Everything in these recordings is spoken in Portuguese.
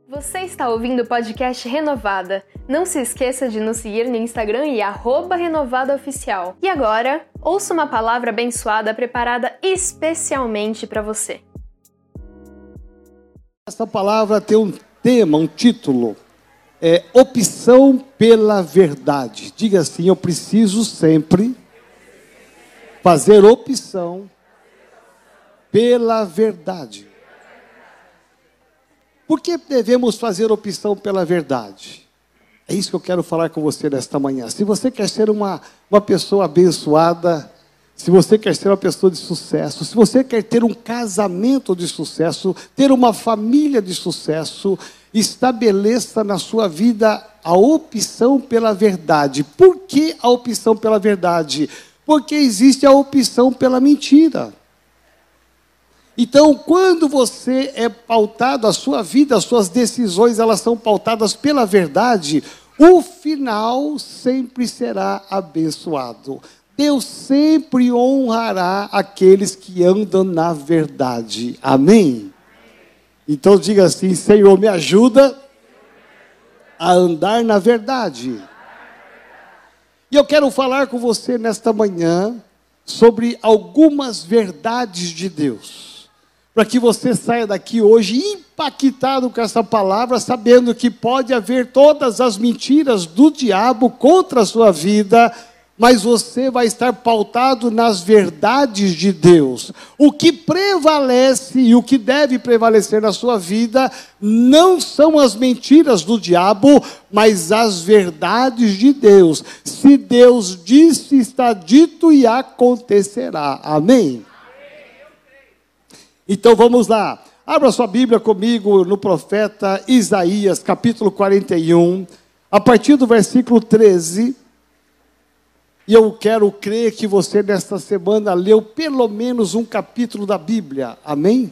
Você está ouvindo o podcast Renovada. Não se esqueça de nos seguir no Instagram e @renovadaoficial. E agora, ouça uma palavra abençoada preparada especialmente para você. Essa palavra tem um tema, um título. É opção pela verdade. Diga assim: eu preciso sempre fazer opção pela verdade. Por que devemos fazer opção pela verdade? É isso que eu quero falar com você nesta manhã. Se você quer ser uma pessoa abençoada, se você quer ser uma pessoa de sucesso, se você quer ter um casamento de sucesso, ter uma família de sucesso, estabeleça na sua vida a opção pela verdade. Por que a opção pela verdade? Porque existe a opção pela mentira. Então, quando você é pautado, a sua vida, as suas decisões, elas são pautadas pela verdade, o final sempre será abençoado. Deus sempre honrará aqueles que andam na verdade. Amém? Então diga assim: Senhor, me ajuda a andar na verdade. E eu quero falar com você nesta manhã sobre algumas verdades de Deus, para que você saia daqui hoje impactado com essa palavra, sabendo que pode haver todas as mentiras do diabo contra a sua vida, mas você vai estar pautado nas verdades de Deus. O que prevalece e o que deve prevalecer na sua vida não são as mentiras do diabo, mas as verdades de Deus. Se Deus disse, está dito e acontecerá. Amém? Então vamos lá. Abra sua Bíblia comigo no profeta Isaías, capítulo 41, a partir do versículo 13. E eu quero crer que você, nesta semana, leu pelo menos um capítulo da Bíblia. Amém?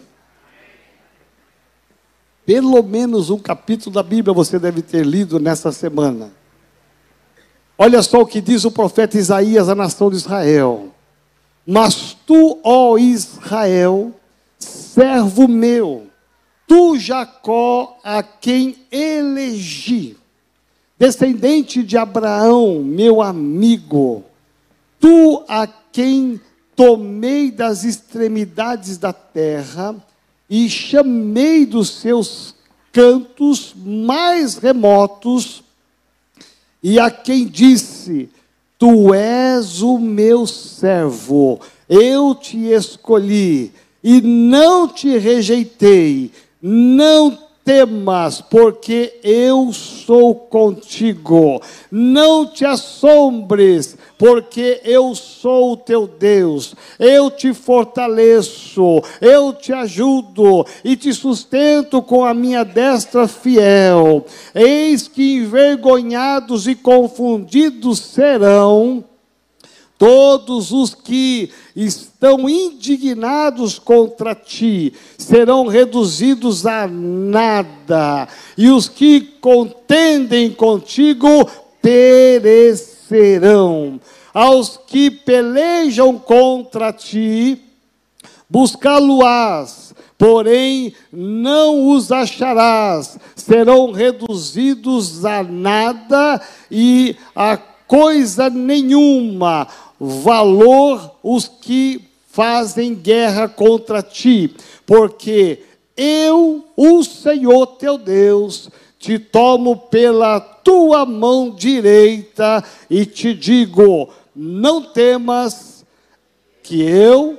Pelo menos um capítulo da Bíblia você deve ter lido nesta semana. Olha só o que diz o profeta Isaías à nação de Israel. Mas tu, ó Israel, servo meu, tu Jacó, a quem elegi, descendente de Abraão, meu amigo, tu a quem tomei das extremidades da terra e chamei dos seus cantos mais remotos, e a quem disse: tu és o meu servo, eu te escolhi e não te rejeitei. Não temas, porque eu sou contigo. Não te assombres, porque eu sou o teu Deus. Eu te fortaleço, eu te ajudo e te sustento com a minha destra fiel. Eis que envergonhados e confundidos serão todos os que estão indignados contra ti, serão reduzidos a nada, e os que contendem contigo perecerão. Aos que pelejam contra ti, buscá-lo-ás, porém não os acharás, serão reduzidos a nada e a coisa nenhuma. Valor os que fazem guerra contra ti, porque eu, o Senhor teu Deus, te tomo pela tua mão direita e te digo: não temas, que eu,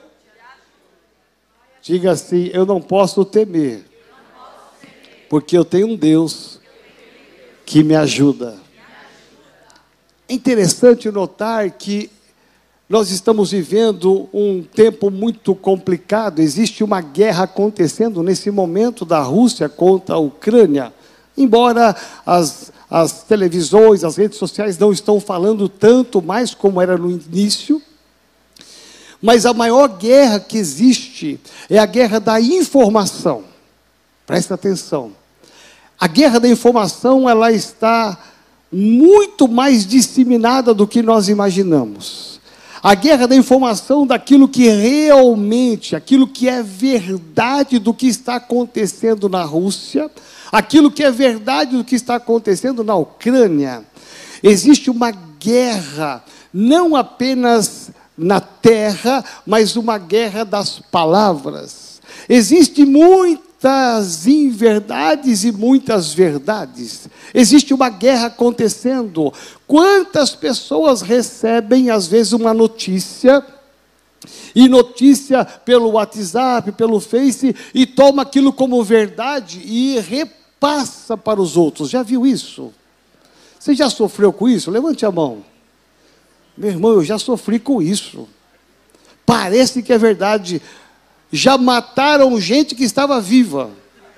diga assim, eu não posso temer, porque eu tenho um Deus que me ajuda. É interessante notar que nós estamos vivendo um tempo muito complicado. Existe uma guerra acontecendo nesse momento da Rússia contra a Ucrânia. Embora as televisões, as redes sociais não estão falando tanto mais como era no início, mas a maior guerra que existe é a guerra da informação. Presta atenção. A guerra da informação, ela está muito mais disseminada do que nós imaginamos. A guerra da informação daquilo que realmente, aquilo que é verdade do que está acontecendo na Rússia, aquilo que é verdade do que está acontecendo na Ucrânia. Existe uma guerra, não apenas na terra, mas uma guerra das palavras. Existem muitas inverdades e muitas verdades. Existe uma guerra acontecendo. Quantas pessoas recebem, às vezes, uma notícia, e notícia pelo WhatsApp, pelo Face, e toma aquilo como verdade e repassa para os outros. Já viu isso? Você já sofreu com isso? Levante a mão. Meu irmão, eu já sofri com isso. Parece que é verdade. Já mataram gente que estava viva.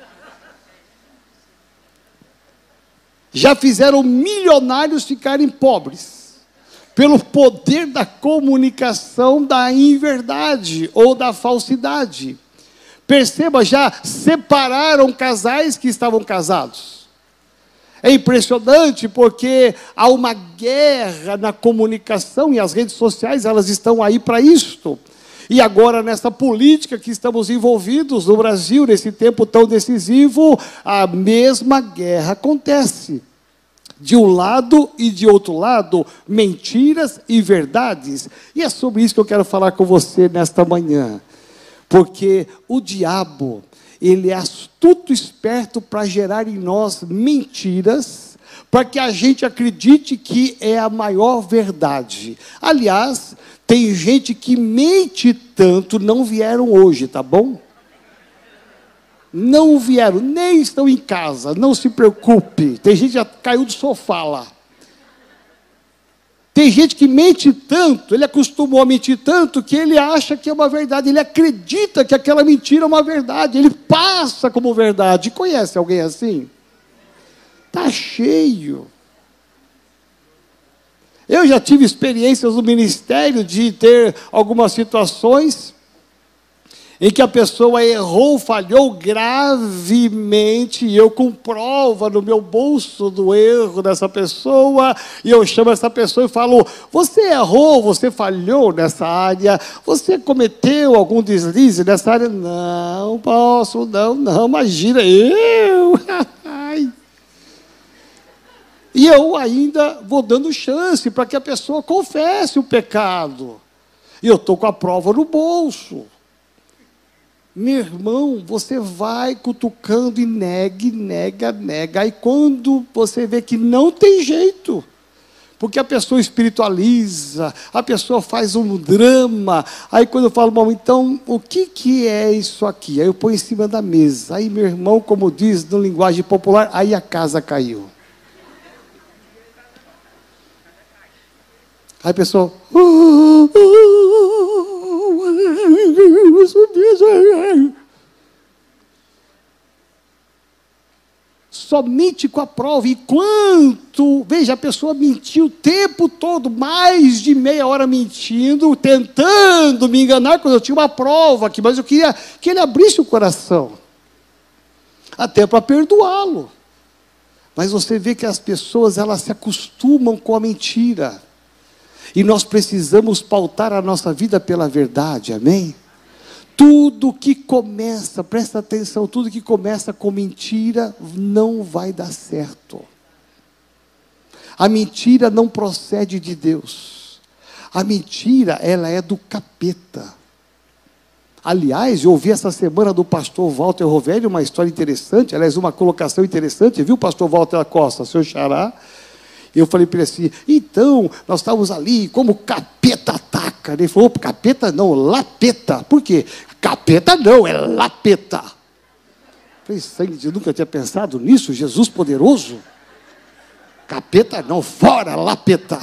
Já fizeram milionários ficarem pobres. Pelo poder da comunicação da inverdade ou da falsidade. Perceba, já separaram casais que estavam casados. É impressionante porque há uma guerra na comunicação e as redes sociais, elas estão aí para isto. E agora, nessa política que estamos envolvidos no Brasil, nesse tempo tão decisivo, a mesma guerra acontece. De um lado e de outro lado, mentiras e verdades. E é sobre isso que eu quero falar com você nesta manhã. Porque o diabo, ele é astuto, esperto para gerar em nós mentiras, para que a gente acredite que é a maior verdade. Aliás, tem gente que mente tanto, não vieram hoje, tá bom? Não vieram, nem estão em casa, não se preocupe. Tem gente que já caiu do sofá lá. Tem gente que mente tanto, ele acostumou a mentir tanto, que ele acha que é uma verdade, ele acredita que aquela mentira é uma verdade, ele passa como verdade. Conhece alguém assim? Está cheio. Eu já tive experiências no ministério de ter algumas situações em que a pessoa errou, falhou gravemente, e eu com prova no meu bolso do erro dessa pessoa, e eu chamo essa pessoa e falo: você errou, você falhou nessa área, você cometeu algum deslize nessa área? Não posso, não, imagina, eu... E eu ainda vou dando chance para que a pessoa confesse o pecado. E eu estou com a prova no bolso. Meu irmão, você vai cutucando e nega. Aí quando você vê que não tem jeito, porque a pessoa espiritualiza, a pessoa faz um drama. Aí quando eu falo: bom, então, o que é isso aqui? Aí eu ponho em cima da mesa. Aí, meu irmão, como diz no linguagem popular, aí a casa caiu. Aí a pessoa... somente com a prova. E quanto... Veja, a pessoa mentiu o tempo todo, mais de meia hora mentindo, tentando me enganar, quando eu tinha uma prova aqui, mas eu queria que ele abrisse o coração, até para perdoá-lo. Mas você vê que as pessoas, elas se acostumam com a mentira. E nós precisamos pautar a nossa vida pela verdade, amém? Tudo que começa, presta atenção, tudo que começa com mentira não vai dar certo. A mentira não procede de Deus. A mentira, ela é do capeta. Aliás, eu ouvi essa semana do pastor Walter Rovelli uma história interessante, aliás, uma colocação interessante, viu, pastor Walter Costa, seu xará? Eu falei para ele assim: então, nós estávamos ali, como capeta ataca. Ele falou: capeta não, lapeta. Por quê? Capeta não, é lapeta. Eu falei: sangue, eu nunca tinha pensado nisso, Jesus poderoso. Capeta não, fora, lapeta.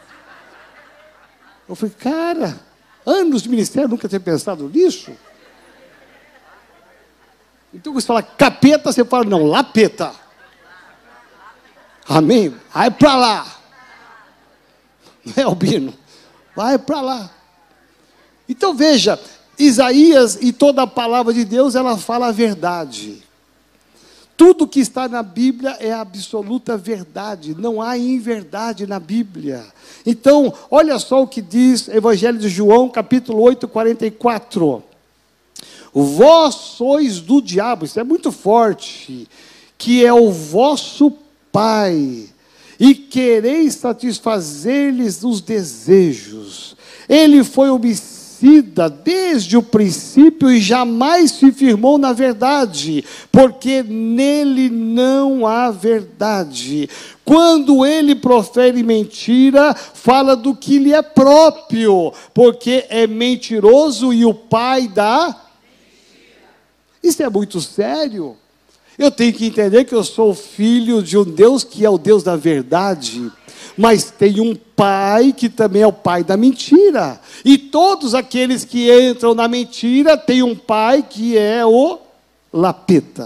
Eu falei: cara, anos de ministério, nunca tinha pensado nisso. Então, você fala capeta, você fala: não, lapeta. Amém? Vai para lá. Não é, Albino? Vai para lá. Então veja, Isaías e toda a palavra de Deus, ela fala a verdade. Tudo que está na Bíblia é absoluta verdade, não há inverdade na Bíblia. Então, olha só o que diz Evangelho de João, capítulo 8, 44. Vós sois do diabo, isso é muito forte, que é o vosso pai, e quereis satisfazer-lhes os desejos. Ele foi homicida desde o princípio e jamais se firmou na verdade, porque nele não há verdade. Quando ele profere mentira, fala do que lhe é próprio, porque é mentiroso e o pai da mentira. Isso é muito sério. Eu tenho que entender que eu sou filho de um Deus que é o Deus da verdade, mas tem um pai que também é o pai da mentira. E todos aqueles que entram na mentira têm um pai que é o lapeta.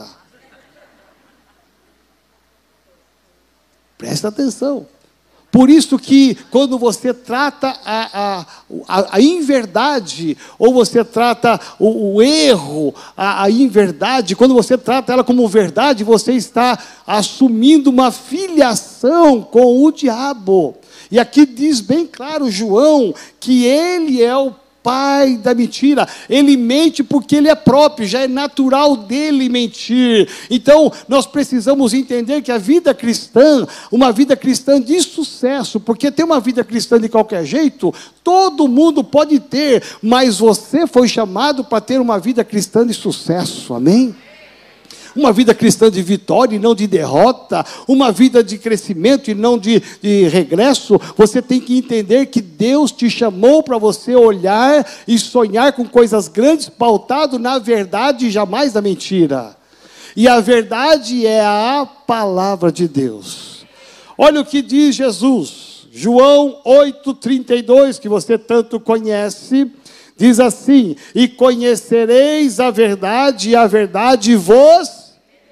Presta atenção. Por isso que quando você trata a inverdade, ou você trata o erro, a inverdade, quando você trata ela como verdade, você está assumindo uma filiação com o diabo. E aqui diz bem claro João, que ele é o pai da mentira. Ele mente porque ele é próprio, já é natural dele mentir. Então, nós precisamos entender que a vida cristã, uma vida cristã de sucesso, porque ter uma vida cristã de qualquer jeito, todo mundo pode ter, mas você foi chamado para ter uma vida cristã de sucesso, amém? Uma vida cristã de vitória e não de derrota, uma vida de crescimento e não de regresso. Você tem que entender que Deus te chamou para você olhar e sonhar com coisas grandes, pautado na verdade e jamais na mentira. E a verdade é a palavra de Deus. Olha o que diz Jesus, João 8,32, que você tanto conhece. Diz assim: e conhecereis a verdade, e a verdade vos...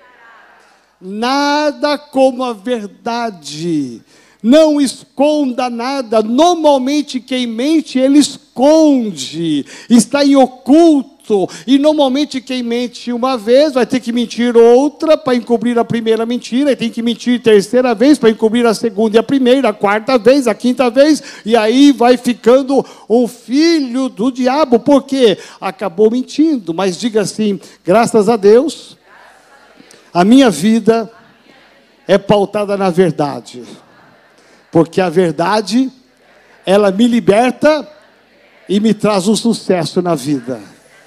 Nada como a verdade. Não esconda nada. Normalmente quem mente, ele esconde. Está em oculto. E normalmente quem mente uma vez, vai ter que mentir outra para encobrir a primeira mentira. E tem que mentir terceira vez para encobrir a segunda e a primeira, a quarta vez, a quinta vez. E aí vai ficando um filho do diabo. Por quê? Acabou mentindo. Mas diga assim, graças a Deus, a minha vida é pautada na verdade. Porque a verdade, ela me liberta e me traz um sucesso na vida.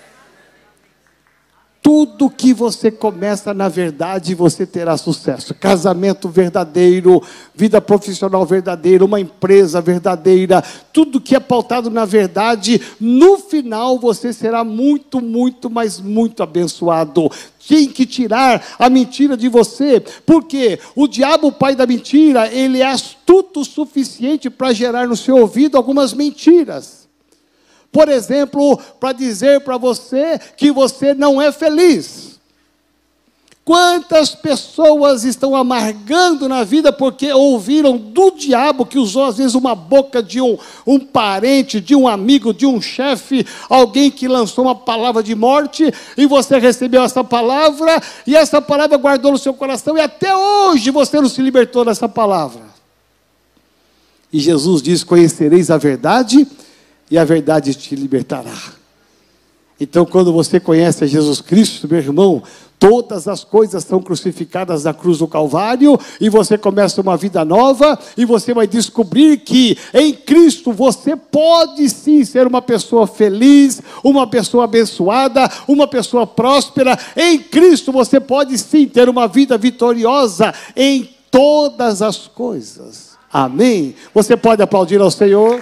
Tudo que você começa na verdade, você terá sucesso. Casamento verdadeiro, vida profissional verdadeira, uma empresa verdadeira, tudo que é pautado na verdade, no final você será muito, muito, mas muito abençoado. Tem que tirar a mentira de você, porque o diabo, o pai da mentira, ele é astuto o suficiente para gerar no seu ouvido algumas mentiras. Por exemplo, para dizer para você que você não é feliz. Quantas pessoas estão amargando na vida porque ouviram do diabo, que usou às vezes uma boca de um parente, de um amigo, de um chefe, alguém que lançou uma palavra de morte, e você recebeu essa palavra, e essa palavra guardou no seu coração, e até hoje você não se libertou dessa palavra. E Jesus diz: conhecereis a verdade, e a verdade te libertará. Então, quando você conhece a Jesus Cristo, meu irmão, todas as coisas são crucificadas na cruz do Calvário, e você começa uma vida nova, e você vai descobrir que em Cristo você pode sim ser uma pessoa feliz, uma pessoa abençoada, uma pessoa próspera. Em Cristo você pode sim ter uma vida vitoriosa em todas as coisas. Amém? Você pode aplaudir ao Senhor?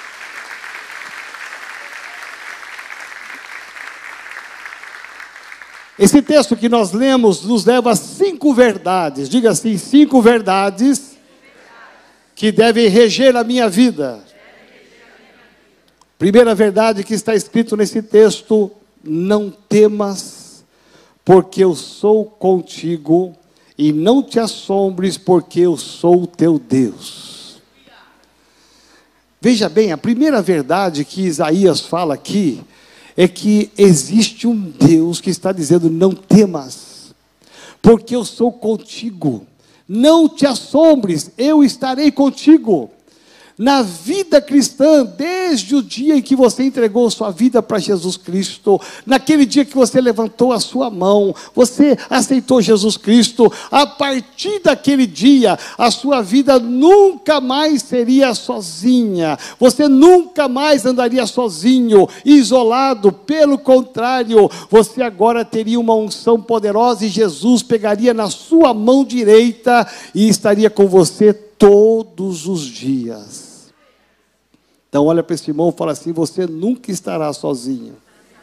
Esse texto que nós lemos nos leva a 5 verdades. Diga assim, 5 verdades que devem reger a minha vida. Primeira verdade que está escrito nesse texto: não temas, porque eu sou contigo, e não te assombres, porque eu sou o teu Deus. Veja bem, a primeira verdade que Isaías fala aqui é que existe um Deus que está dizendo: não temas, porque eu sou contigo. Não te assombres, eu estarei contigo. Na vida cristã, desde o dia em que você entregou sua vida para Jesus Cristo, naquele dia que você levantou a sua mão, você aceitou Jesus Cristo, a partir daquele dia, a sua vida nunca mais seria sozinha, você nunca mais andaria sozinho, isolado, pelo contrário, você agora teria uma unção poderosa e Jesus pegaria na sua mão direita e estaria com você todos os dias. Então olha para esse irmão e fala assim: você nunca estará sozinho.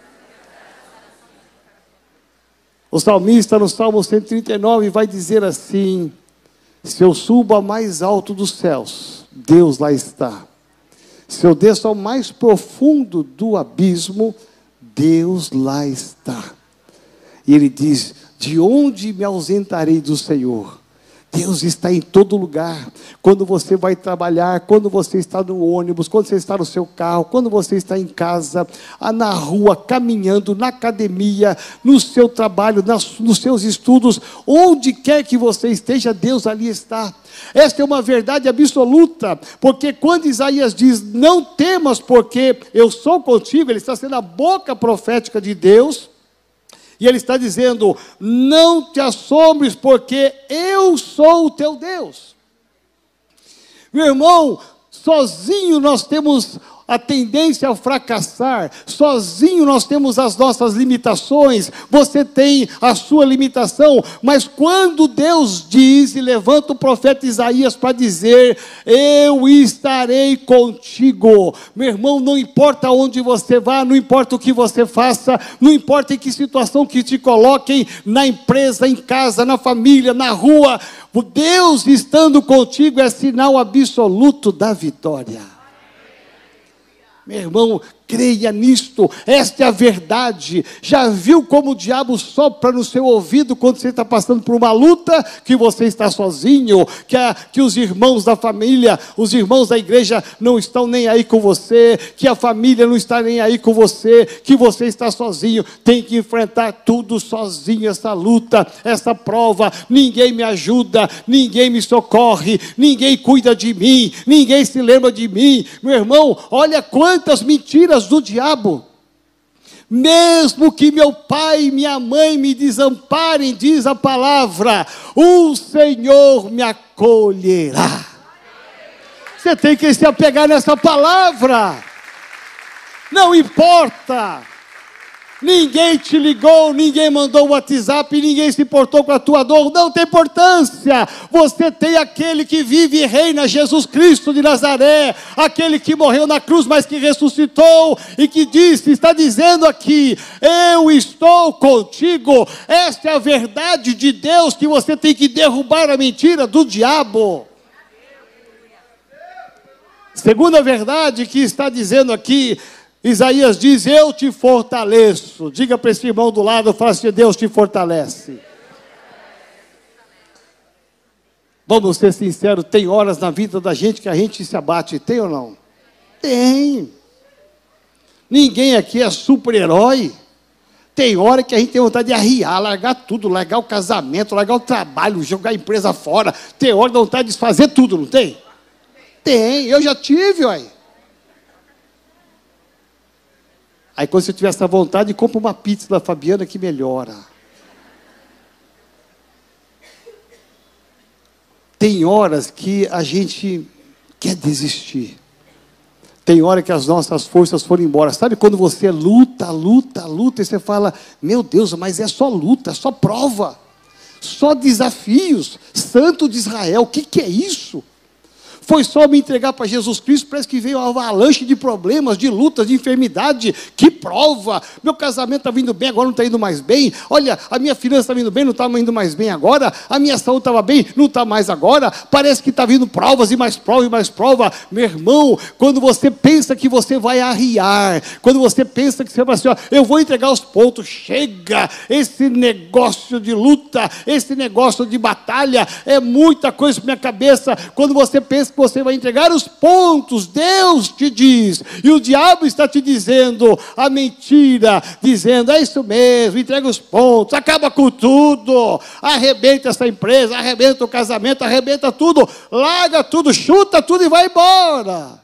O salmista no Salmo 139 vai dizer assim: se eu subo ao mais alto dos céus, Deus lá está. Se eu desço ao mais profundo do abismo, Deus lá está. E ele diz: de onde me ausentarei do Senhor? Deus está em todo lugar. Quando você vai trabalhar, quando você está no ônibus, quando você está no seu carro, quando você está em casa, na rua, caminhando, na academia, no seu trabalho, nos seus estudos, onde quer que você esteja, Deus ali está. Esta é uma verdade absoluta, porque quando Isaías diz: não temas porque eu sou contigo, ele está sendo a boca profética de Deus. E ele está dizendo: não te assombres, porque eu sou o teu Deus. Meu irmão, sozinho nós temos a tendência a fracassar, sozinho nós temos as nossas limitações, você tem a sua limitação, mas quando Deus diz e levanta o profeta Isaías para dizer: eu estarei contigo, meu irmão, não importa onde você vá, não importa o que você faça, não importa em que situação que te coloquem, na empresa, em casa, na família, na rua, o Deus estando contigo é sinal absoluto da vitória. Meu irmão, creia nisto, esta é a verdade. Já viu como o diabo sopra no seu ouvido quando você está passando por uma luta, que você está sozinho, que os irmãos da família, os irmãos da igreja não estão nem aí com você, que a família não está nem aí com você, que você está sozinho, tem que enfrentar tudo sozinho, essa luta, essa prova, ninguém me ajuda, ninguém me socorre, ninguém cuida de mim, ninguém se lembra de mim. Meu irmão, olha quantas mentiras do diabo. Mesmo que meu pai e minha mãe me desamparem, diz a palavra, o Senhor me acolherá. Você tem que se apegar nessa palavra. Não importa. Ninguém te ligou, ninguém mandou o WhatsApp, ninguém se importou com a tua dor, não tem importância. Você tem aquele que vive e reina, Jesus Cristo de Nazaré, aquele que morreu na cruz, mas que ressuscitou e que disse, está dizendo aqui: eu estou contigo. Esta é a verdade de Deus, que você tem que derrubar a mentira do diabo. Segunda verdade que está dizendo aqui, Isaías diz: eu te fortaleço. Diga para esse irmão do lado, fala assim: Deus te fortalece. Vamos ser sinceros, tem horas na vida da gente que a gente se abate, tem ou não? Tem. Ninguém aqui é super-herói. Tem hora que a gente tem vontade de arriar, largar tudo, largar o casamento, largar o trabalho, jogar a empresa fora. Tem hora que dá vontade de desfazer tudo, não tem? Tem, eu já tive, olha. Aí quando você tiver essa vontade, compra uma pizza da Fabiana que melhora. Tem horas que a gente quer desistir. Tem hora que as nossas forças foram embora. Sabe quando você luta e você fala: meu Deus, mas é só luta, é só prova, só desafios. Santo de Israel, o que é isso? Foi só me entregar para Jesus Cristo, parece que veio uma avalanche de problemas, de lutas, de enfermidade. Que prova! Meu casamento está vindo bem, agora não está indo mais bem. Olha, a minha finança está vindo bem, não está indo mais bem agora. A minha saúde estava bem, não está mais agora. Parece que está vindo provas e mais prova e mais prova. Meu irmão, quando você pensa que você vai arriar, quando você pensa que você vai assim: ó, eu vou entregar os pontos, chega! Esse negócio de luta, esse negócio de batalha, é muita coisa para minha cabeça. Quando você pensa vez que você vai entregar os pontos, Deus te diz, e o diabo está te dizendo a mentira, dizendo, é isso mesmo, entrega os pontos, acaba com tudo, arrebenta essa empresa, arrebenta o casamento, arrebenta tudo, larga tudo, chuta tudo e vai embora.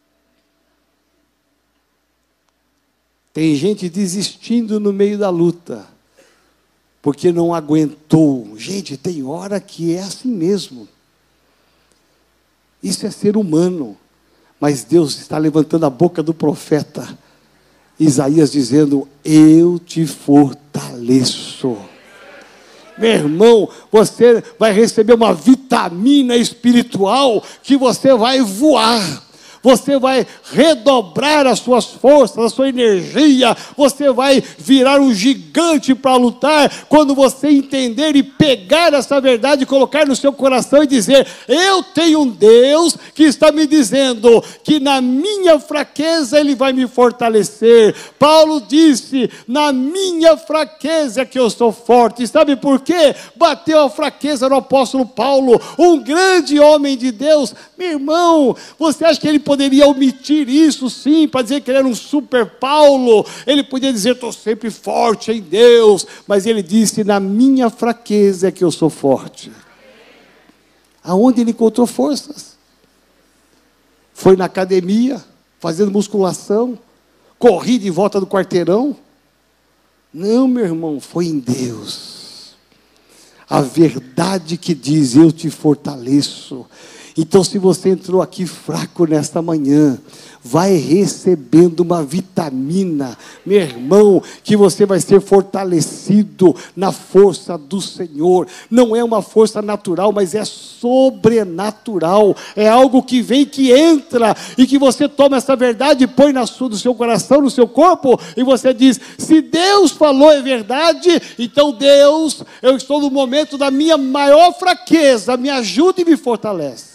Tem gente desistindo no meio da luta, porque não aguentou. Gente, tem hora que é assim mesmo. Isso é ser humano. Mas Deus está levantando a boca do profeta Isaías dizendo, eu te fortaleço. Meu irmão, você vai receber uma vitamina espiritual que você vai voar. Você vai redobrar as suas forças, a sua energia. Você vai virar um gigante para lutar. Quando você entender e pegar essa verdade e colocar no seu coração e dizer, eu tenho um Deus que está me dizendo que na minha fraqueza Ele vai me fortalecer. Paulo disse, na minha fraqueza que eu sou forte. E sabe por quê? Bateu a fraqueza no apóstolo Paulo, um grande homem de Deus. Meu irmão, você acha que ele poderia omitir isso, sim, para dizer que ele era um super Paulo? Ele podia dizer, estou sempre forte em Deus, mas ele disse, na minha fraqueza é que eu sou forte. Aonde ele encontrou forças? Foi na academia, fazendo musculação, corrida em volta do quarteirão? Não, meu irmão, foi em Deus. A verdade que diz, eu te fortaleço. Então, se você entrou aqui fraco nesta manhã, vai recebendo uma vitamina, meu irmão, que você vai ser fortalecido na força do Senhor. Não é uma força natural, mas é sobrenatural. É algo que vem, que entra, e que você toma essa verdade e põe no seu coração, no seu corpo, e você diz, se Deus falou é verdade, então Deus, eu estou no momento da minha maior fraqueza, me ajuda e me fortalece.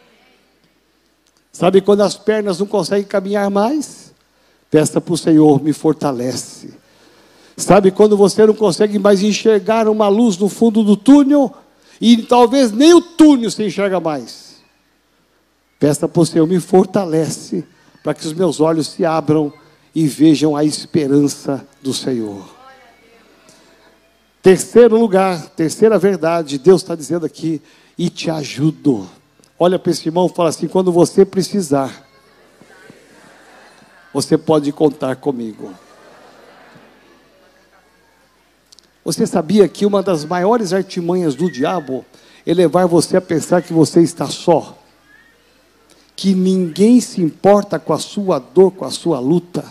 Sabe quando as pernas não conseguem caminhar mais? Peça para o Senhor, me fortalece. Sabe quando você não consegue mais enxergar uma luz no fundo do túnel? E talvez nem o túnel se enxerga mais. Peça para o Senhor, me fortalece, para que os meus olhos se abram e vejam a esperança do Senhor. Terceiro lugar, terceira verdade, Deus está dizendo aqui, e te ajudo. Olha para esse irmão e fala assim, quando você precisar, você pode contar comigo. Você sabia que uma das maiores artimanhas do diabo é levar você a pensar que você está só? Que ninguém se importa com a sua dor, com a sua luta?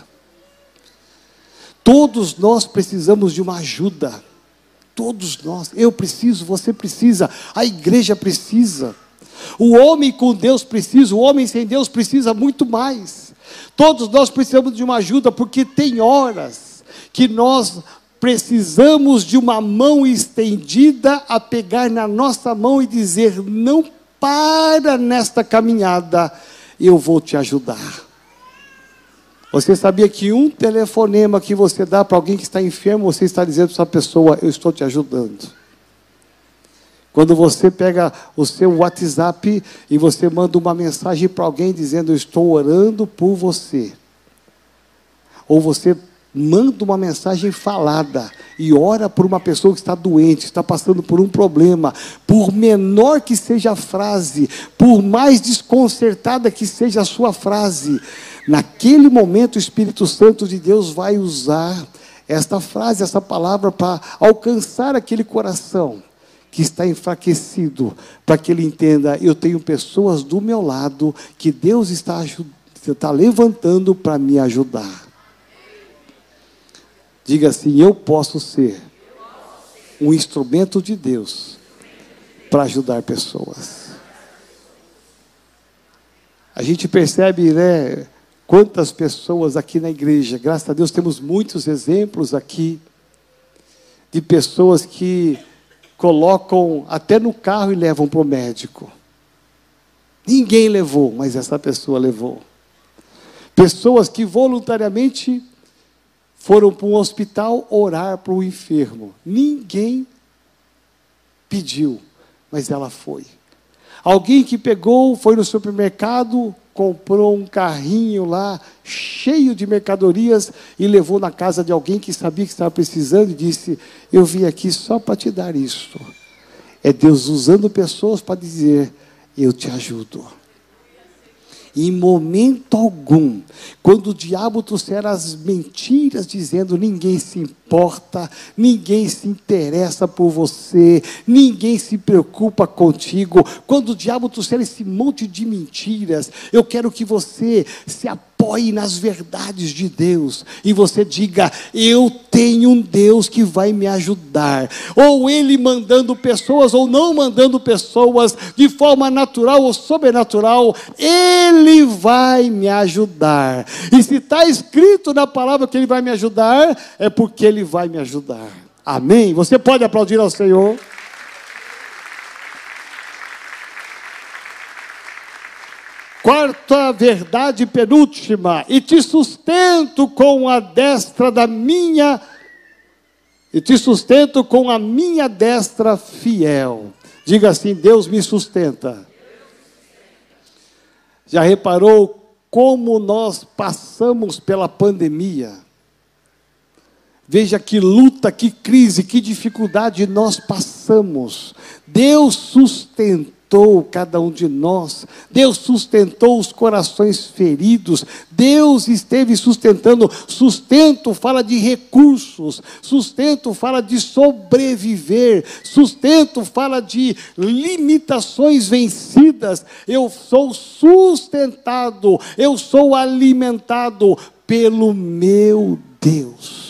Todos nós precisamos de uma ajuda. Todos nós. Eu preciso, você precisa, a igreja precisa. O homem com Deus precisa, o homem sem Deus precisa muito mais. Todos nós precisamos de uma ajuda, porque tem horas que nós precisamos de uma mão estendida a pegar na nossa mão e dizer, não para nesta caminhada, eu vou te ajudar. Você sabia que um telefonema que você dá para alguém que está enfermo, você está dizendo para essa pessoa, eu estou te ajudando. Quando você pega o seu WhatsApp e você manda uma mensagem para alguém dizendo, eu estou orando por você. Ou você manda uma mensagem falada e ora por uma pessoa que está doente, está passando por um problema, por menor que seja a frase, por mais desconcertada que seja a sua frase, naquele momento o Espírito Santo de Deus vai usar esta frase, essa palavra para alcançar aquele coração que está enfraquecido, para que ele entenda, eu tenho pessoas do meu lado que Deus está levantando para me ajudar. Diga assim, eu posso ser um instrumento de Deus para ajudar pessoas. A gente percebe, né, quantas pessoas aqui na igreja, graças a Deus temos muitos exemplos aqui, de pessoas que colocam até no carro e levam para o médico. Ninguém levou, mas essa pessoa levou. Pessoas que voluntariamente foram para um hospital orar para o enfermo. Ninguém pediu, mas ela foi. Alguém que pegou, foi no supermercado, comprou um carrinho lá, cheio de mercadorias, e levou na casa de alguém que sabia que estava precisando, e disse: eu vim aqui só para te dar isso. É Deus usando pessoas para dizer: eu te ajudo. Em momento algum, quando o diabo trouxer as mentiras, dizendo: ninguém se importa, ninguém se interessa por você, ninguém se preocupa contigo, quando o diabo trouxer esse monte de mentiras, eu quero que você se apoie nas verdades de Deus, e você diga: eu tenho um Deus que vai me ajudar, ou Ele mandando pessoas, ou não mandando pessoas, de forma natural ou sobrenatural, Ele vai me ajudar. E se está escrito na palavra que Ele vai me ajudar, é porque Ele vai me ajudar. Amém? Você pode aplaudir ao Senhor? Quarta verdade penúltima: e te sustento com a destra da minha, e te sustento com a minha destra fiel. Diga assim: Deus me sustenta. Já reparou como nós passamos pela pandemia? Veja que luta, que crise, que dificuldade nós passamos. Deus sustentou cada um de nós. Deus sustentou os corações feridos. Deus esteve sustentando. Sustento fala de recursos. Sustento fala de sobreviver. Sustento fala de limitações vencidas. Eu sou sustentado. Eu sou alimentado pelo meu Deus.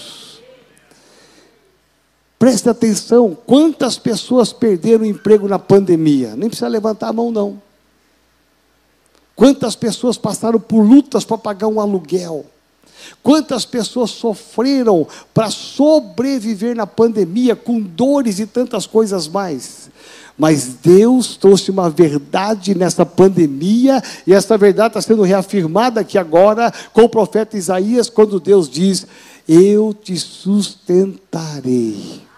Preste atenção, quantas pessoas perderam o emprego na pandemia? Nem precisa levantar a mão, não. Quantas pessoas passaram por lutas para pagar um aluguel? Quantas pessoas sofreram para sobreviver na pandemia, com dores e tantas coisas mais? Mas Deus trouxe uma verdade nessa pandemia, e essa verdade está sendo reafirmada aqui agora, com o profeta Isaías, quando Deus diz: eu te sustentarei.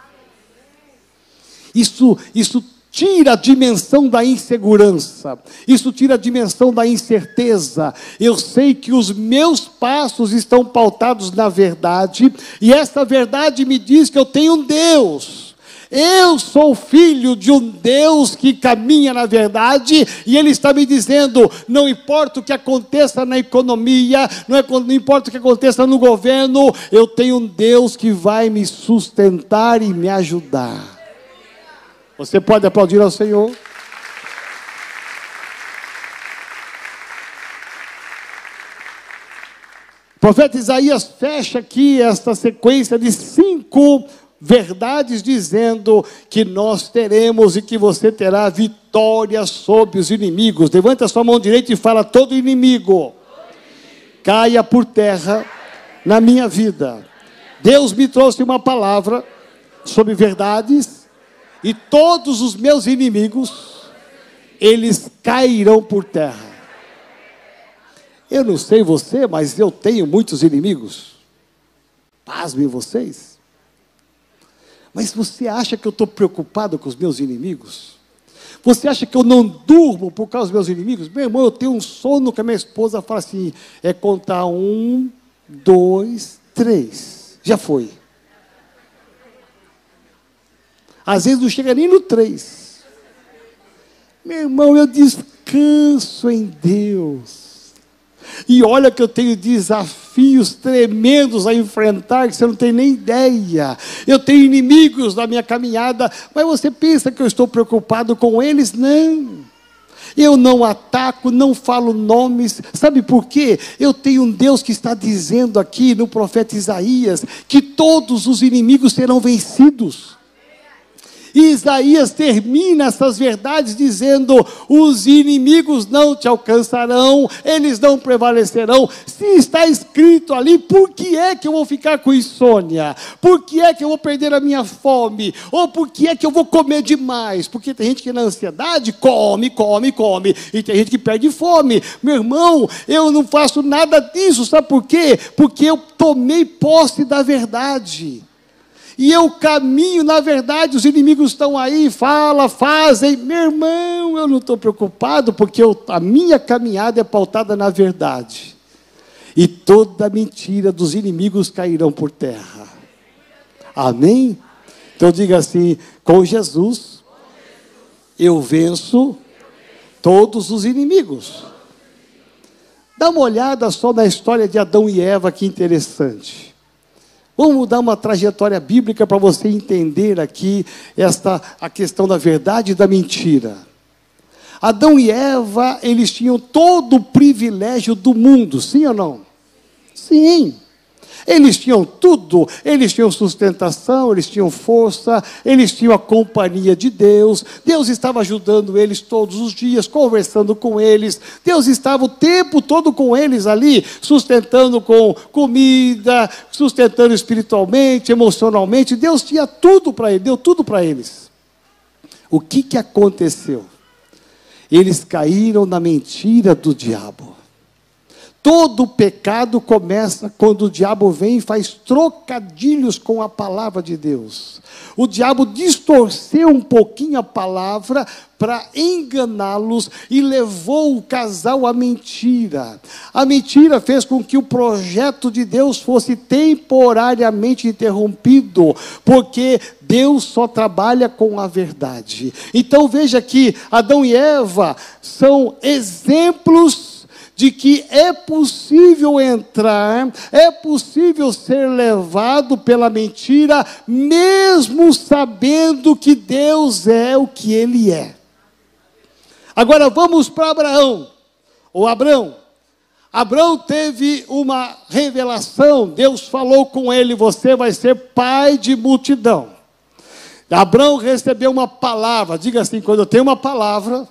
Isso tira a dimensão da insegurança, isso tira a dimensão da incerteza. Eu sei que os meus passos estão pautados na verdade, e essa verdade me diz que eu tenho um Deus. Eu sou filho de um Deus que caminha na verdade, e Ele está me dizendo: não importa o que aconteça na economia, não importa o que aconteça no governo, eu tenho um Deus que vai me sustentar e me ajudar. Você pode aplaudir ao Senhor? O profeta Isaías fecha aqui esta sequência de 5 verdades, dizendo que nós teremos e que você terá vitória sobre os inimigos. Levanta a sua mão direita e fala: todo inimigo caia por terra na minha vida. Deus me trouxe uma palavra sobre verdades, e todos os meus inimigos, eles cairão por terra. Eu não sei você, mas eu tenho muitos inimigos. Pasmem vocês. Mas você acha que eu estou preocupado com os meus inimigos? Você acha que eu não durmo por causa dos meus inimigos? Meu irmão, eu tenho um sono que a minha esposa fala assim: é contar 1, 2, 3. Já foi. Às vezes não chega nem no 3. Meu irmão, eu descanso em Deus. E olha que eu tenho desafios tremendos a enfrentar, que você não tem nem ideia. Eu tenho inimigos na minha caminhada, mas você pensa que eu estou preocupado com eles? Não. Eu não ataco, não falo nomes. Sabe por quê? Eu tenho um Deus que está dizendo aqui no profeta Isaías que todos os inimigos serão vencidos. E Isaías termina essas verdades dizendo: os inimigos não te alcançarão, eles não prevalecerão. Se está escrito ali, por que é que eu vou ficar com insônia? Por que é que eu vou perder a minha fome? Ou por que é que eu vou comer demais? Porque tem gente que na ansiedade come, e tem gente que perde fome. Meu irmão, eu não faço nada disso, sabe por quê? Porque eu tomei posse da verdade. e eu caminho, na verdade, os inimigos estão aí, fazem. Meu irmão, eu não estou preocupado, porque a minha caminhada é pautada na verdade. E toda mentira dos inimigos cairão por terra. Amém? Então diga assim: com Jesus, eu venço todos os inimigos. Dá uma olhada só na história de Adão e Eva, que interessante. Vamos dar uma trajetória bíblica para você entender aqui a questão da verdade e da mentira. Adão e Eva, eles tinham todo o privilégio do mundo, sim ou não? Sim. Eles tinham tudo, eles tinham sustentação, eles tinham força, eles tinham a companhia de Deus. Deus estava ajudando eles todos os dias, conversando com eles. Deus estava o tempo todo com eles ali, sustentando com comida, sustentando espiritualmente, emocionalmente. Deus tinha tudo para eles, deu tudo para eles. O que aconteceu? Eles caíram na mentira do diabo. Todo pecado começa quando o diabo vem e faz trocadilhos com a palavra de Deus. O diabo distorceu um pouquinho a palavra para enganá-los e levou o casal à mentira. A mentira fez com que o projeto de Deus fosse temporariamente interrompido, porque Deus só trabalha com a verdade. Então veja que Adão e Eva são exemplos de que é possível entrar, é possível ser levado pela mentira, mesmo sabendo que Deus é o que Ele é. Agora vamos para Abraão, ou Abrão. Abrão teve uma revelação, Deus falou com ele: você vai ser pai de multidão. Abrão recebeu uma palavra, diga assim: quando eu tenho uma palavra,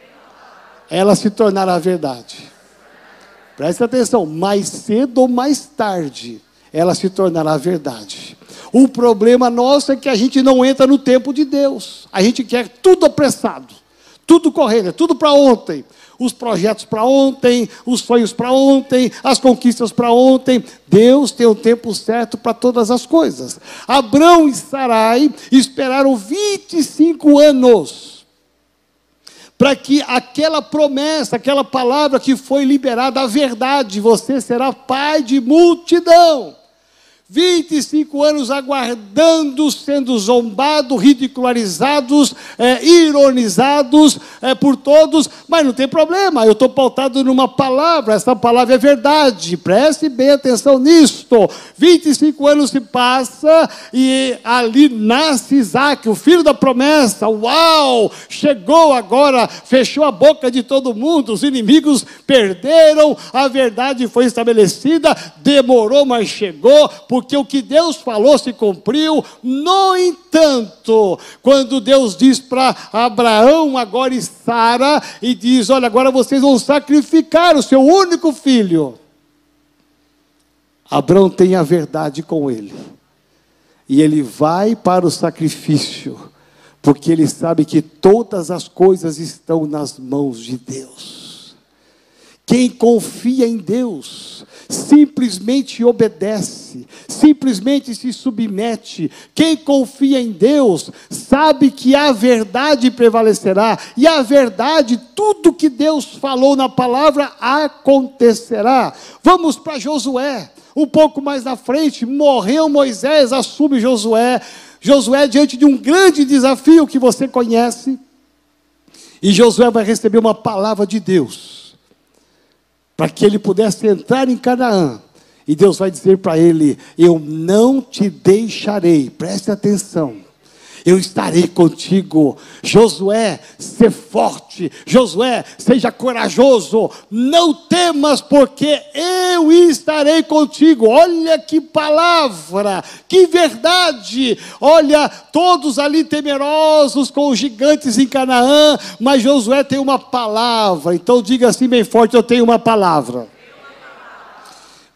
ela se tornará verdade. Presta atenção, mais cedo ou mais tarde, ela se tornará verdade. O problema nosso é que a gente não entra no tempo de Deus. A gente quer tudo apressado, tudo correndo, tudo para ontem. Os projetos para ontem, os sonhos para ontem, as conquistas para ontem. Deus tem o tempo certo para todas as coisas. Abrão e Sarai esperaram 25 anos. Para que aquela promessa, aquela palavra que foi liberada, a verdade, você será pai de multidão. 25 anos aguardando, sendo zombados, ridicularizados, ironizados por todos, mas não tem problema, eu estou pautado numa palavra, essa palavra é verdade, preste bem atenção nisto. 25 anos se passa e ali nasce Isaac, o filho da promessa. Uau, chegou agora, fechou a boca de todo mundo, os inimigos perderam, a verdade foi estabelecida, demorou, mas chegou, porque o que Deus falou se cumpriu. No entanto, quando Deus diz para Abraão agora e Sara, e diz: olha, agora vocês vão sacrificar o seu único filho. Abraão tem a verdade com ele, e ele vai para o sacrifício, porque ele sabe que todas as coisas estão nas mãos de Deus. Quem confia em Deus simplesmente obedece, simplesmente se submete. Quem confia em Deus sabe que a verdade prevalecerá, e a verdade, tudo que Deus falou na palavra acontecerá. Vamos para Josué, um pouco mais na frente. Morreu Moisés, assume Josué. Josué diante de um grande desafio que você conhece, e Josué vai receber uma palavra de Deus para que ele pudesse entrar em Canaã. E Deus vai dizer para ele: eu não te deixarei, preste atenção, eu estarei contigo. Josué, ser forte. Josué, seja corajoso. Não temas, porque eu estarei contigo. Olha que palavra, que verdade. Olha, todos ali temerosos com os gigantes em Canaã, mas Josué tem uma palavra. Então diga assim bem forte: eu tenho uma palavra.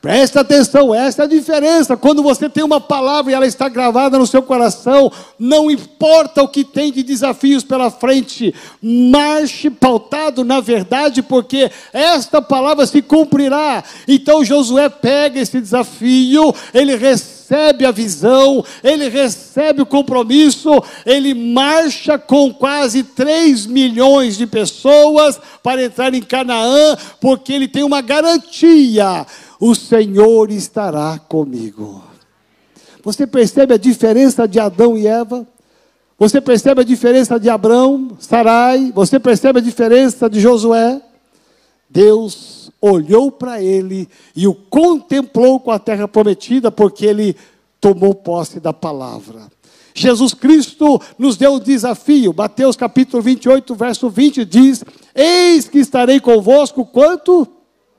Presta atenção, essa é a diferença. Quando você tem uma palavra e ela está gravada no seu coração, não importa o que tem de desafios pela frente, marche pautado na verdade, porque esta palavra se cumprirá. Então Josué pega esse desafio, ele recebe a visão, ele recebe o compromisso, ele marcha com quase 3 milhões de pessoas para entrar em Canaã, porque ele tem uma garantia: o Senhor estará comigo. Você percebe a diferença de Adão e Eva? Você percebe a diferença de Abrão, Sarai? Você percebe a diferença de Josué? Deus olhou para ele e o contemplou com a terra prometida, porque ele tomou posse da palavra. Jesus Cristo nos deu o desafio. Mateus capítulo 28, verso 20 diz: eis que estarei convosco quanto?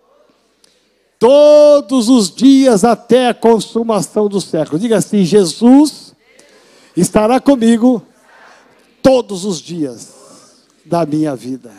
Todos os dias até a consumação do século. Diga assim: Jesus estará comigo todos os dias da minha vida.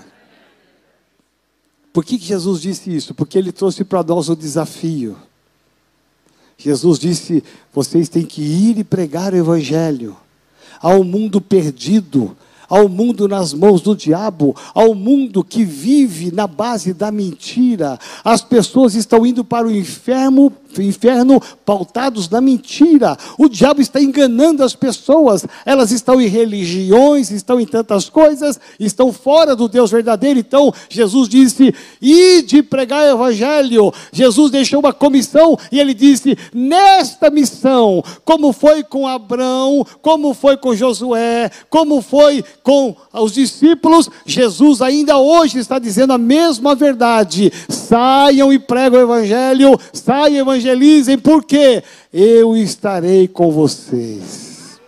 Por que Jesus disse isso? Porque Ele trouxe para nós o desafio. Jesus disse: vocês têm que ir e pregar o Evangelho ao mundo perdido, ao mundo nas mãos do diabo, ao mundo que vive na base da mentira. As pessoas estão indo para o inferno pautados na mentira. O diabo está enganando as pessoas. Elas estão em religiões, estão em tantas coisas, estão fora do Deus verdadeiro. Então Jesus disse: ide pregar o Evangelho. Jesus deixou uma comissão e Ele disse: nesta missão, como foi com Abrão, como foi com Josué, como foi com os discípulos, Jesus ainda hoje está dizendo a mesma verdade: saiam e pregam o Evangelho, saiam e evangelizem, porque eu estarei com vocês.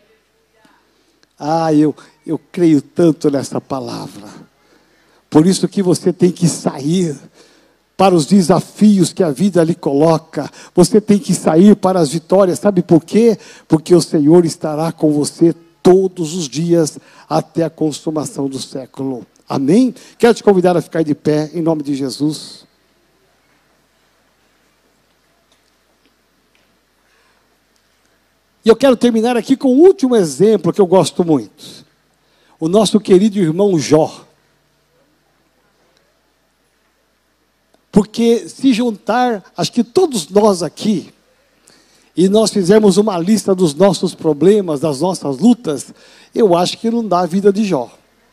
Eu creio tanto nessa palavra. Por isso que você tem que sair para os desafios que a vida lhe coloca. Você tem que sair para as vitórias. Sabe por quê? Porque o Senhor estará com você todos os dias até a consumação do século. Amém? Quero te convidar a ficar de pé, em nome de Jesus. E eu quero terminar aqui com o último exemplo que eu gosto muito. O nosso querido irmão Jó. Porque se juntar, acho que todos nós aqui, e nós fizermos uma lista dos nossos problemas, das nossas lutas, eu acho que não dá a vida de Jó.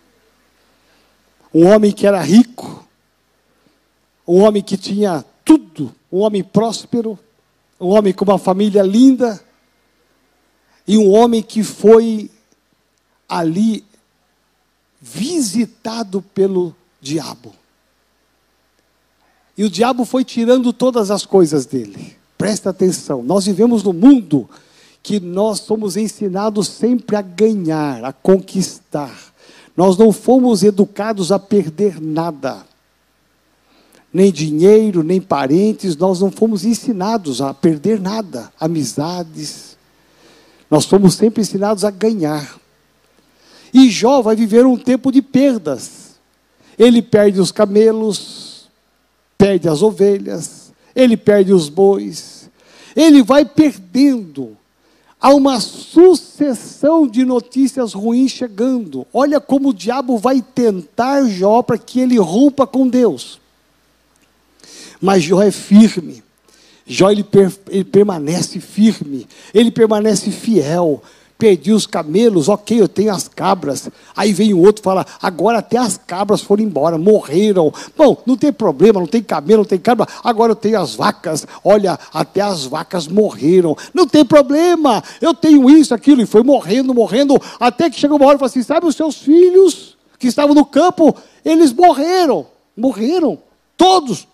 Um homem que era rico, um homem que tinha tudo, um homem próspero, um homem com uma família linda, e um homem que foi ali visitado pelo diabo. E o diabo foi tirando todas as coisas dele. Presta atenção, nós vivemos num mundo que nós somos ensinados sempre a ganhar, a conquistar. Nós não fomos educados a perder nada. Nem dinheiro, nem parentes, nós não fomos ensinados a perder nada. Amizades. Nós somos sempre ensinados a ganhar. E Jó vai viver um tempo de perdas. Ele perde os camelos, perde as ovelhas, ele perde os bois. Ele vai perdendo. Há uma sucessão de notícias ruins chegando. Olha como o diabo vai tentar Jó para que ele rompa com Deus. Mas Jó é firme. Jó ele permanece firme, ele permanece fiel. Perdi os camelos, ok, eu tenho as cabras. Aí vem o outro e fala: agora até as cabras foram embora, morreram. Bom, não tem problema, não tem camelo, não tem cabra. Agora eu tenho as vacas. Olha, até as vacas morreram. Não tem problema, eu tenho isso, aquilo. E foi morrendo, até que chegou uma hora e falou assim: sabe, os seus filhos que estavam no campo, eles morreram. Todos.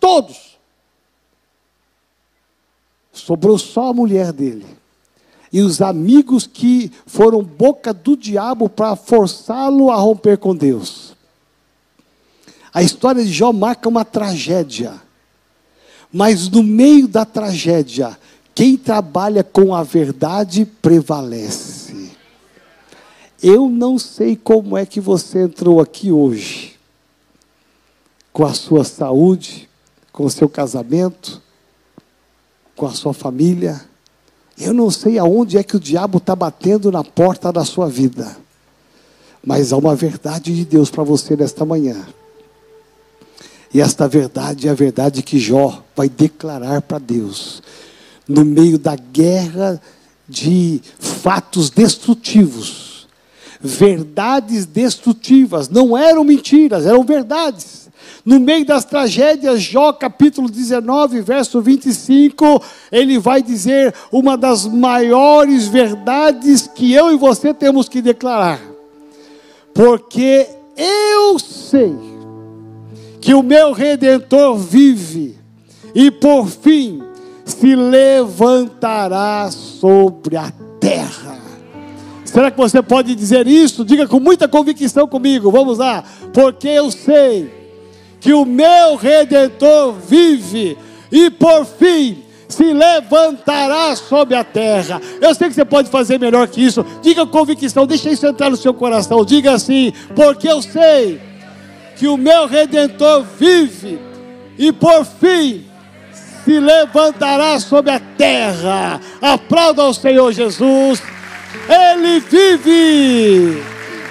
Sobrou só a mulher dele. E os amigos que foram boca do diabo para forçá-lo a romper com Deus. A história de Jó marca uma tragédia. Mas no meio da tragédia, quem trabalha com a verdade prevalece. Eu não sei como é que você entrou aqui hoje. Com a sua saúde, com o seu casamento, com a sua família. Eu não sei aonde é que o diabo está batendo na porta da sua vida. Mas há uma verdade de Deus para você nesta manhã. E esta verdade é a verdade que Jó vai declarar para Deus. No meio da guerra de fatos destrutivos. Verdades destrutivas. Não eram mentiras, eram verdades. No meio das tragédias, Jó capítulo 19, verso 25, ele vai dizer uma das maiores verdades que eu e você temos que declarar. Porque eu sei que o meu Redentor vive e por fim se levantará sobre a terra. Será que você pode dizer isso? Diga com muita convicção comigo, vamos lá. Porque eu sei que o meu Redentor vive e por fim se levantará sobre a terra. Eu sei que você pode fazer melhor que isso. Diga com convicção, deixa isso entrar no seu coração. Diga assim, porque eu sei que o meu Redentor vive e por fim se levantará sobre a terra. Aplauda ao Senhor Jesus. Ele vive.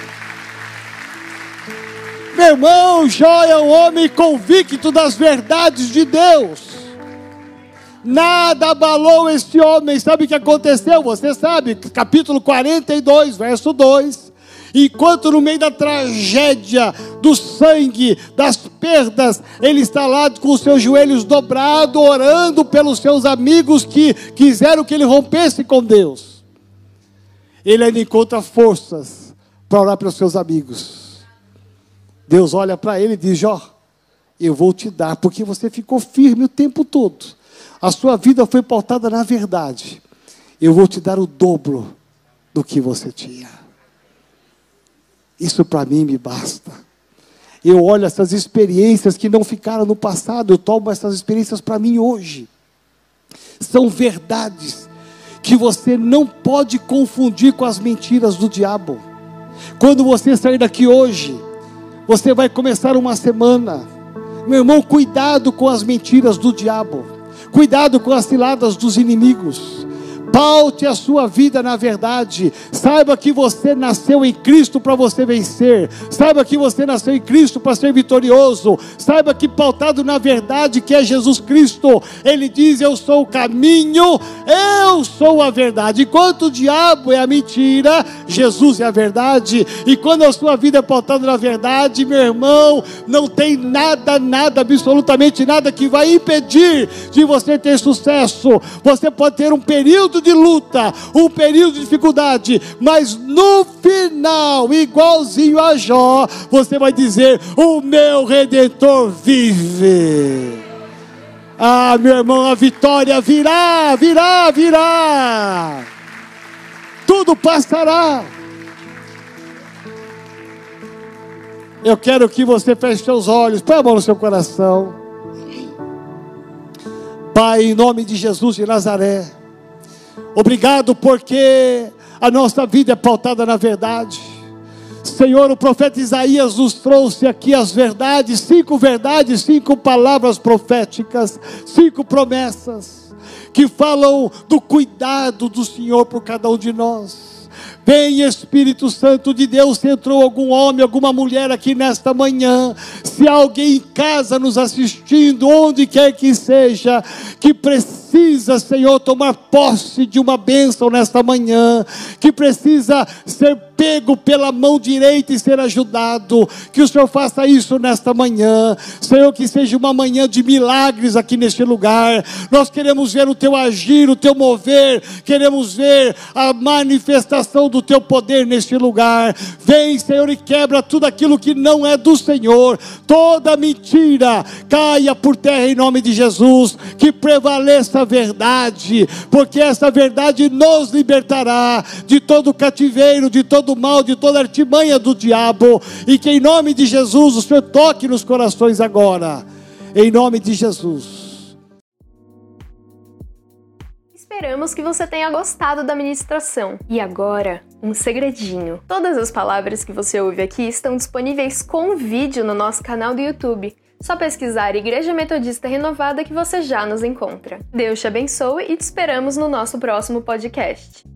Meu irmão, Jó é um homem convicto das verdades de Deus. Nada abalou este homem. Sabe o que aconteceu? Você sabe, capítulo 42, verso 2. Enquanto no meio da tragédia, do sangue, das perdas, ele está lá com os seus joelhos dobrados, orando pelos seus amigos que quiseram que ele rompesse com Deus. Ele ainda encontra forças para orar pelos seus amigos. Deus olha para ele e diz, Jó, eu vou te dar, porque você ficou firme o tempo todo. A sua vida foi pautada na verdade. Eu vou te dar o dobro do que você tinha. Isso para mim me basta. Eu olho essas experiências que não ficaram no passado, eu tomo essas experiências para mim hoje. São verdades que você não pode confundir com as mentiras do diabo. Quando você sair daqui hoje, você vai começar uma semana. Meu irmão, cuidado com as mentiras do diabo. Cuidado com as ciladas dos inimigos. Paute a sua vida na verdade. Saiba que você nasceu em Cristo para você vencer. Saiba que você nasceu em Cristo para ser vitorioso. Saiba que pautado na verdade que é Jesus Cristo, Ele diz, eu sou o caminho, eu sou a verdade. Enquanto o diabo é a mentira, Jesus é a verdade. E quando a sua vida é pautada na verdade, meu irmão, não tem nada, absolutamente nada que vai impedir de você ter sucesso. Você pode ter um período de luta, um período de dificuldade, mas no final, igualzinho a Jó, você vai dizer, o meu Redentor vive. Ah, meu irmão, a vitória virá. Tudo passará. Eu quero que você feche seus olhos, põe a mão no seu coração. Pai, em nome de Jesus de Nazaré, obrigado porque a nossa vida é pautada na verdade. Senhor, o profeta Isaías nos trouxe aqui as verdades, 5 palavras proféticas, 5 promessas, que falam do cuidado do Senhor por cada um de nós. Vem Espírito Santo de Deus, se entrou algum homem, alguma mulher aqui nesta manhã, se há alguém em casa nos assistindo, onde quer que seja, que precisa, Senhor, tomar posse de uma bênção nesta manhã, que precisa ser pego pela mão direita e ser ajudado, que o Senhor faça isso nesta manhã, Senhor, que seja uma manhã de milagres aqui neste lugar. Nós queremos ver o Teu agir, o Teu mover, queremos ver a manifestação do Teu poder neste lugar. Vem, Senhor, e quebra tudo aquilo que não é do Senhor, toda mentira caia por terra em nome de Jesus, que prevaleça a verdade, porque essa verdade nos libertará de todo cativeiro, de todo mal, de toda artimanha do diabo, e que em nome de Jesus o Senhor toque nos corações agora, em nome de Jesus. Esperamos que você tenha gostado da ministração. E agora, um segredinho. Todas as palavras que você ouve aqui estão disponíveis com vídeo no nosso canal do YouTube. Só pesquisar Igreja Metodista Renovada que você já nos encontra. Deus te abençoe e te esperamos no nosso próximo podcast.